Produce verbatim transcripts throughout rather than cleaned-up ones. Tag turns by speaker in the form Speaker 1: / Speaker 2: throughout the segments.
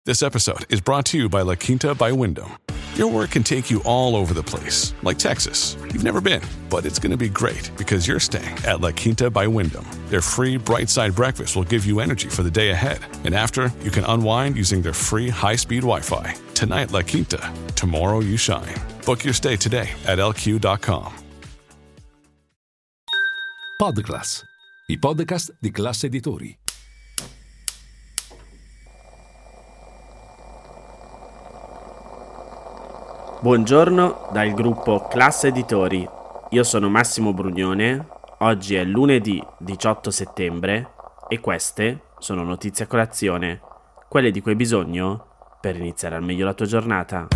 Speaker 1: This episode is brought to you by La Quinta by Wyndham. Your work can take you all over the place, like Texas. You've never been, but it's going to be great because you're staying at La Quinta by Wyndham. Their free Bright Side breakfast will give you energy for the day ahead. And after, you can unwind using their free high-speed Wi-Fi. Tonight, La Quinta. Tomorrow, you shine. Book your stay today at L Q dot com.
Speaker 2: Podclass, i podcast di Classe Editori.
Speaker 3: Buongiorno dal gruppo Classe Editori, io sono Massimo Brugnone, oggi è lunedì diciotto settembre e queste sono notizie a colazione, quelle di cui hai bisogno per iniziare al meglio la tua giornata.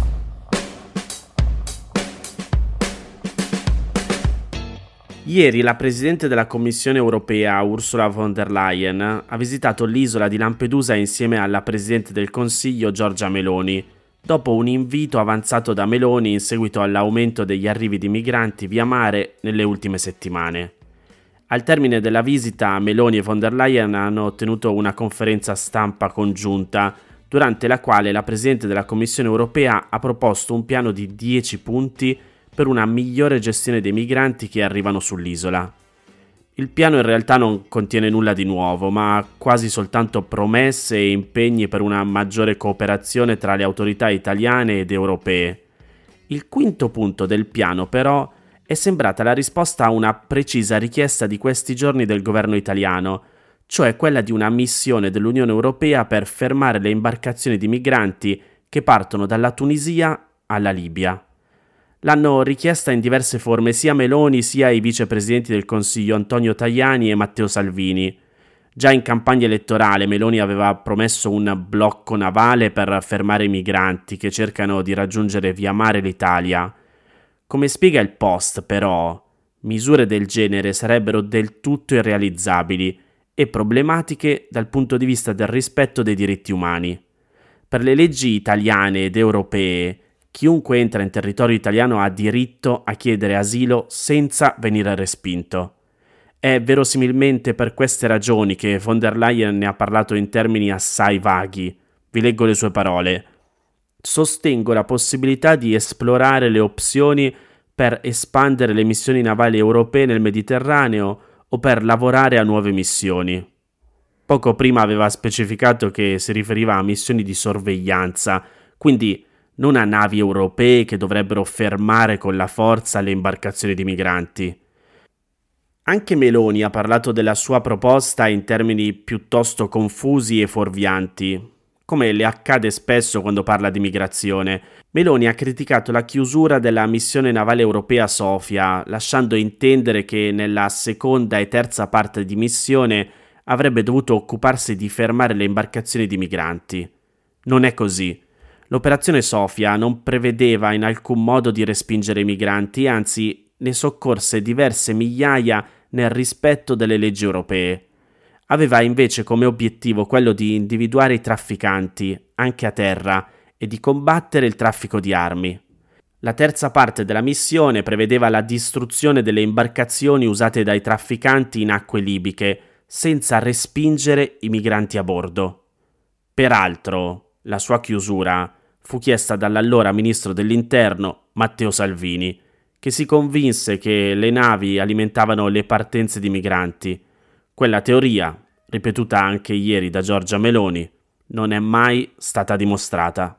Speaker 3: Ieri la Presidente della Commissione Europea Ursula von der Leyen ha visitato l'isola di Lampedusa insieme alla Presidente del Consiglio Giorgia Meloni, dopo un invito avanzato da Meloni in seguito all'aumento degli arrivi di migranti via mare nelle ultime settimane. Al termine della visita, Meloni e von der Leyen hanno ottenuto una conferenza stampa congiunta, durante la quale la Presidente della Commissione Europea ha proposto un piano di dieci punti per una migliore gestione dei migranti che arrivano sull'isola. Il piano in realtà non contiene nulla di nuovo, ma quasi soltanto promesse e impegni per una maggiore cooperazione tra le autorità italiane ed europee. Il quinto punto del piano, però, è sembrata la risposta a una precisa richiesta di questi giorni del governo italiano, cioè quella di una missione dell'Unione Europea per fermare le imbarcazioni di migranti che partono dalla Tunisia alla Libia. L'hanno richiesta in diverse forme sia Meloni sia i vicepresidenti del Consiglio Antonio Tajani e Matteo Salvini. Già in campagna elettorale Meloni aveva promesso un blocco navale per fermare i migranti che cercano di raggiungere via mare l'Italia. Come spiega il Post, però, misure del genere sarebbero del tutto irrealizzabili e problematiche dal punto di vista del rispetto dei diritti umani. Per le leggi italiane ed europee, chiunque entra in territorio italiano ha diritto a chiedere asilo senza venire respinto. È verosimilmente per queste ragioni che von der Leyen ne ha parlato in termini assai vaghi. Vi leggo le sue parole. Sostengo la possibilità di esplorare le opzioni per espandere le missioni navali europee nel Mediterraneo o per lavorare a nuove missioni. Poco prima aveva specificato che si riferiva a missioni di sorveglianza, quindi non a navi europee che dovrebbero fermare con la forza le imbarcazioni di migranti. Anche Meloni ha parlato della sua proposta in termini piuttosto confusi e fuorvianti, come le accade spesso quando parla di migrazione. Meloni ha criticato la chiusura della missione navale europea Sofia, lasciando intendere che nella seconda e terza parte di missione avrebbe dovuto occuparsi di fermare le imbarcazioni di migranti. Non è così. L'operazione Sofia non prevedeva in alcun modo di respingere i migranti, anzi ne soccorse diverse migliaia nel rispetto delle leggi europee. Aveva invece come obiettivo quello di individuare i trafficanti, anche a terra, e di combattere il traffico di armi. La terza parte della missione prevedeva la distruzione delle imbarcazioni usate dai trafficanti in acque libiche, senza respingere i migranti a bordo. Peraltro, la sua chiusura fu chiesta dall'allora ministro dell'Interno Matteo Salvini, che si convinse che le navi alimentavano le partenze di migranti. Quella teoria, ripetuta anche ieri da Giorgia Meloni, non è mai stata dimostrata.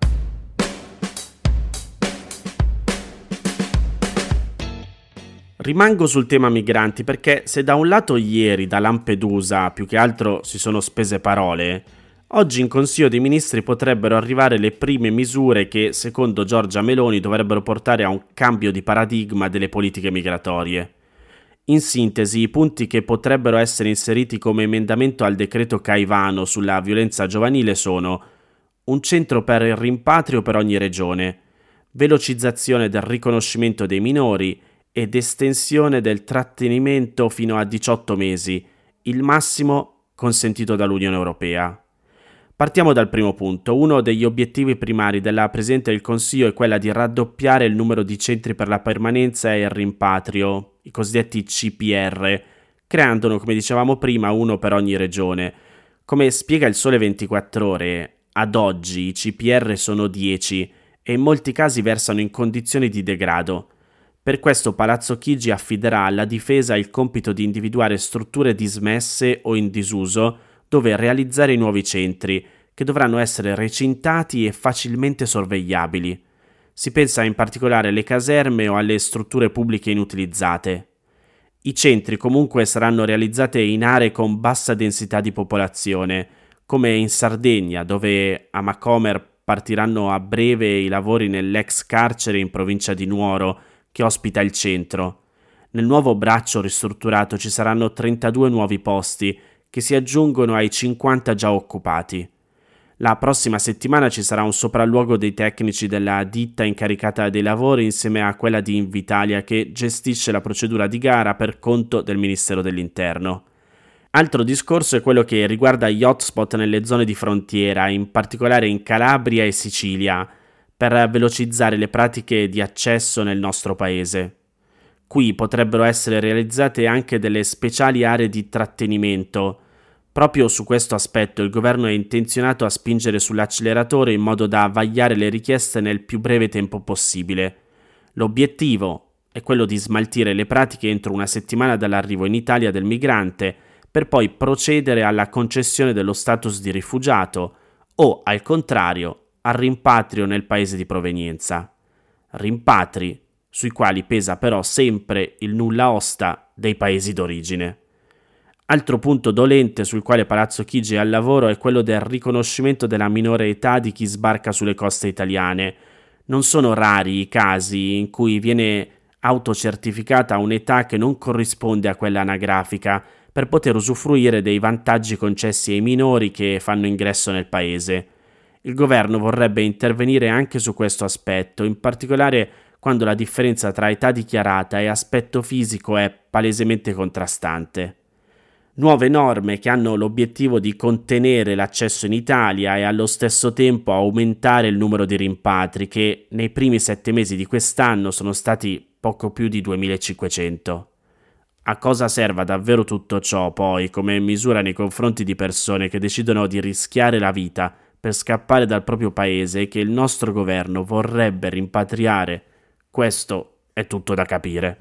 Speaker 3: Rimango sul tema migranti perché se da un lato ieri da Lampedusa più che altro si sono spese parole, oggi in Consiglio dei Ministri potrebbero arrivare le prime misure che, secondo Giorgia Meloni, dovrebbero portare a un cambio di paradigma delle politiche migratorie. In sintesi, i punti che potrebbero essere inseriti come emendamento al decreto Caivano sulla violenza giovanile sono: un centro per il rimpatrio per ogni regione, velocizzazione del riconoscimento dei minori ed estensione del trattenimento fino a diciotto mesi, il massimo consentito dall'Unione Europea. Partiamo dal primo punto. Uno degli obiettivi primari della Presidente del Consiglio è quella di raddoppiare il numero di centri per la permanenza e il rimpatrio, i cosiddetti C P R, creandone, come dicevamo prima, uno per ogni regione. Come spiega il Sole ventiquattro Ore, ad oggi i C P R sono dieci e in molti casi versano in condizioni di degrado. Per questo Palazzo Chigi affiderà alla difesa il compito di individuare strutture dismesse o in disuso dove realizzare i nuovi centri, che dovranno essere recintati e facilmente sorvegliabili. Si pensa in particolare alle caserme o alle strutture pubbliche inutilizzate. I centri comunque saranno realizzati in aree con bassa densità di popolazione, come in Sardegna, dove a Macomer partiranno a breve i lavori nell'ex carcere in provincia di Nuoro, che ospita il centro. Nel nuovo braccio ristrutturato ci saranno trentadue nuovi posti, che si aggiungono ai cinquanta già occupati. La prossima settimana ci sarà un sopralluogo dei tecnici della ditta incaricata dei lavori insieme a quella di Invitalia, che gestisce la procedura di gara per conto del Ministero dell'Interno. Altro discorso è quello che riguarda gli hotspot nelle zone di frontiera, in particolare in Calabria e Sicilia, per velocizzare le pratiche di accesso nel nostro paese. Qui potrebbero essere realizzate anche delle speciali aree di trattenimento. Proprio su questo aspetto il governo è intenzionato a spingere sull'acceleratore in modo da vagliare le richieste nel più breve tempo possibile. L'obiettivo è quello di smaltire le pratiche entro una settimana dall'arrivo in Italia del migrante, per poi procedere alla concessione dello status di rifugiato o, al contrario, al rimpatrio nel paese di provenienza. Rimpatri sui quali pesa però sempre il nulla osta dei paesi d'origine. Altro punto dolente sul quale Palazzo Chigi è al lavoro è quello del riconoscimento della minore età di chi sbarca sulle coste italiane. Non sono rari i casi in cui viene autocertificata un'età che non corrisponde a quella anagrafica per poter usufruire dei vantaggi concessi ai minori che fanno ingresso nel paese. Il governo vorrebbe intervenire anche su questo aspetto, in particolare quando la differenza tra età dichiarata e aspetto fisico è palesemente contrastante. Nuove norme che hanno l'obiettivo di contenere l'accesso in Italia e allo stesso tempo aumentare il numero di rimpatri, che nei primi sette mesi di quest'anno sono stati poco più di duemilacinquecento. A cosa serva davvero tutto ciò, poi, come misura nei confronti di persone che decidono di rischiare la vita per scappare dal proprio paese e che il nostro governo vorrebbe rimpatriare? Questo è tutto da capire.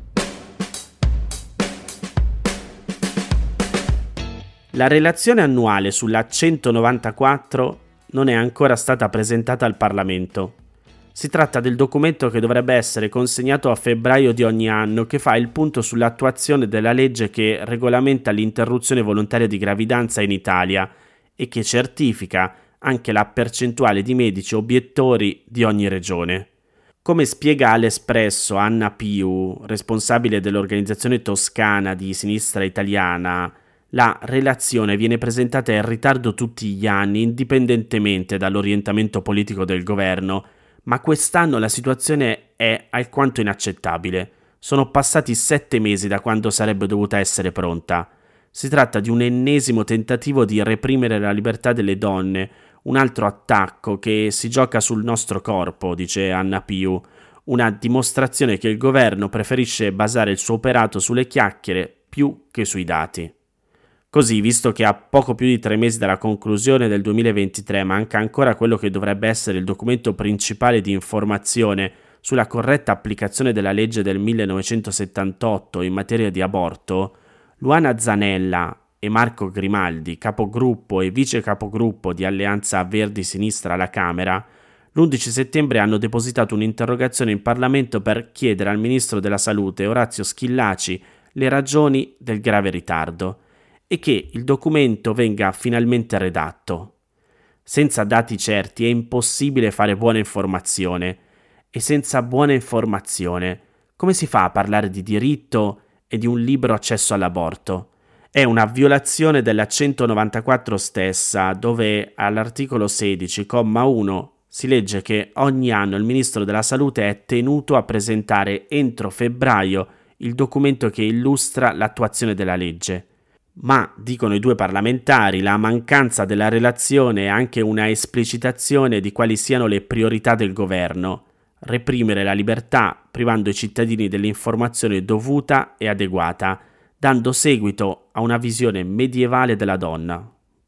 Speaker 3: La relazione annuale sulla centonovantaquattro non è ancora stata presentata al Parlamento. Si tratta del documento che dovrebbe essere consegnato a febbraio di ogni anno, che fa il punto sull'attuazione della legge che regolamenta l'interruzione volontaria di gravidanza in Italia e che certifica anche la percentuale di medici obiettori di ogni regione. Come spiega all'Espresso Anna Piu, responsabile dell'organizzazione toscana di sinistra italiana, la relazione viene presentata in ritardo tutti gli anni, indipendentemente dall'orientamento politico del governo, ma quest'anno la situazione è alquanto inaccettabile. Sono passati sette mesi da quando sarebbe dovuta essere pronta. Si tratta di un ennesimo tentativo di reprimere la libertà delle donne, un altro attacco che si gioca sul nostro corpo, dice Anna Piu, una dimostrazione che il governo preferisce basare il suo operato sulle chiacchiere più che sui dati. Così, visto che a poco più di tre mesi dalla conclusione del duemilaventitré manca ancora quello che dovrebbe essere il documento principale di informazione sulla corretta applicazione della legge del millenovecentosettantotto in materia di aborto, Luana Zanella e Marco Grimaldi, capogruppo e vice capogruppo di Alleanza Verdi Sinistra alla Camera, l'undici settembre hanno depositato un'interrogazione in Parlamento per chiedere al Ministro della Salute, Orazio Schillaci, le ragioni del grave ritardo e che il documento venga finalmente redatto. Senza dati certi è impossibile fare buona informazione, e senza buona informazione come si fa a parlare di diritto e di un libero accesso all'aborto? È una violazione della centonovantaquattro stessa, dove all'articolo sedici, comma uno, si legge che ogni anno il Ministro della Salute è tenuto a presentare entro febbraio il documento che illustra l'attuazione della legge. Ma, dicono i due parlamentari, la mancanza della relazione è anche una esplicitazione di quali siano le priorità del governo: reprimere la libertà, privando i cittadini dell'informazione dovuta e adeguata, dando seguito a una visione medievale della donna.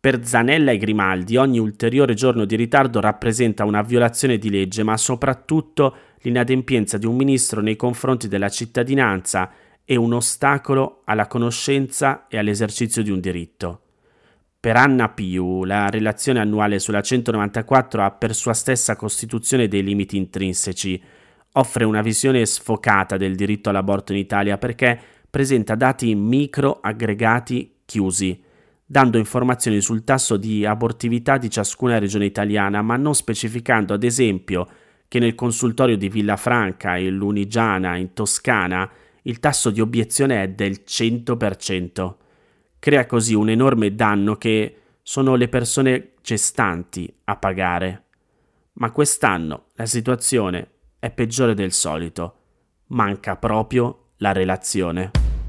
Speaker 3: Per Zanella e Grimaldi ogni ulteriore giorno di ritardo rappresenta una violazione di legge, ma soprattutto l'inadempienza di un ministro nei confronti della cittadinanza e un ostacolo alla conoscenza e all'esercizio di un diritto. Per Anna Piu, la relazione annuale sulla centonovantaquattro ha per sua stessa costituzione dei limiti intrinseci, offre una visione sfocata del diritto all'aborto in Italia perché presenta dati micro aggregati chiusi, dando informazioni sul tasso di abortività di ciascuna regione italiana, ma non specificando, ad esempio, che nel consultorio di Villafranca e Lunigiana in Toscana il tasso di obiezione è del cento per cento. Crea così un enorme danno che sono le persone gestanti a pagare. Ma quest'anno la situazione è peggiore del solito. Manca proprio la relazione.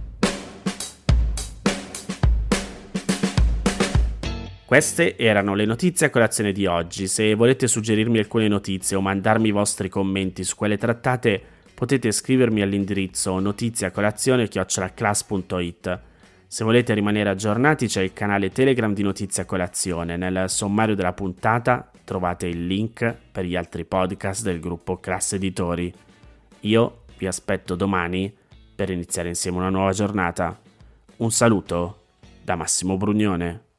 Speaker 3: Queste erano le notizie a colazione di oggi. Se volete suggerirmi alcune notizie o mandarmi i vostri commenti su quelle trattate, potete scrivermi all'indirizzo notiziacolazione chiocciola class punto it. Se volete rimanere aggiornati c'è il canale Telegram di Notizia Colazione. Nel sommario della puntata trovate il link per gli altri podcast del gruppo Class Editori. Io vi aspetto domani per iniziare insieme una nuova giornata. Un saluto da Massimo Brugnone.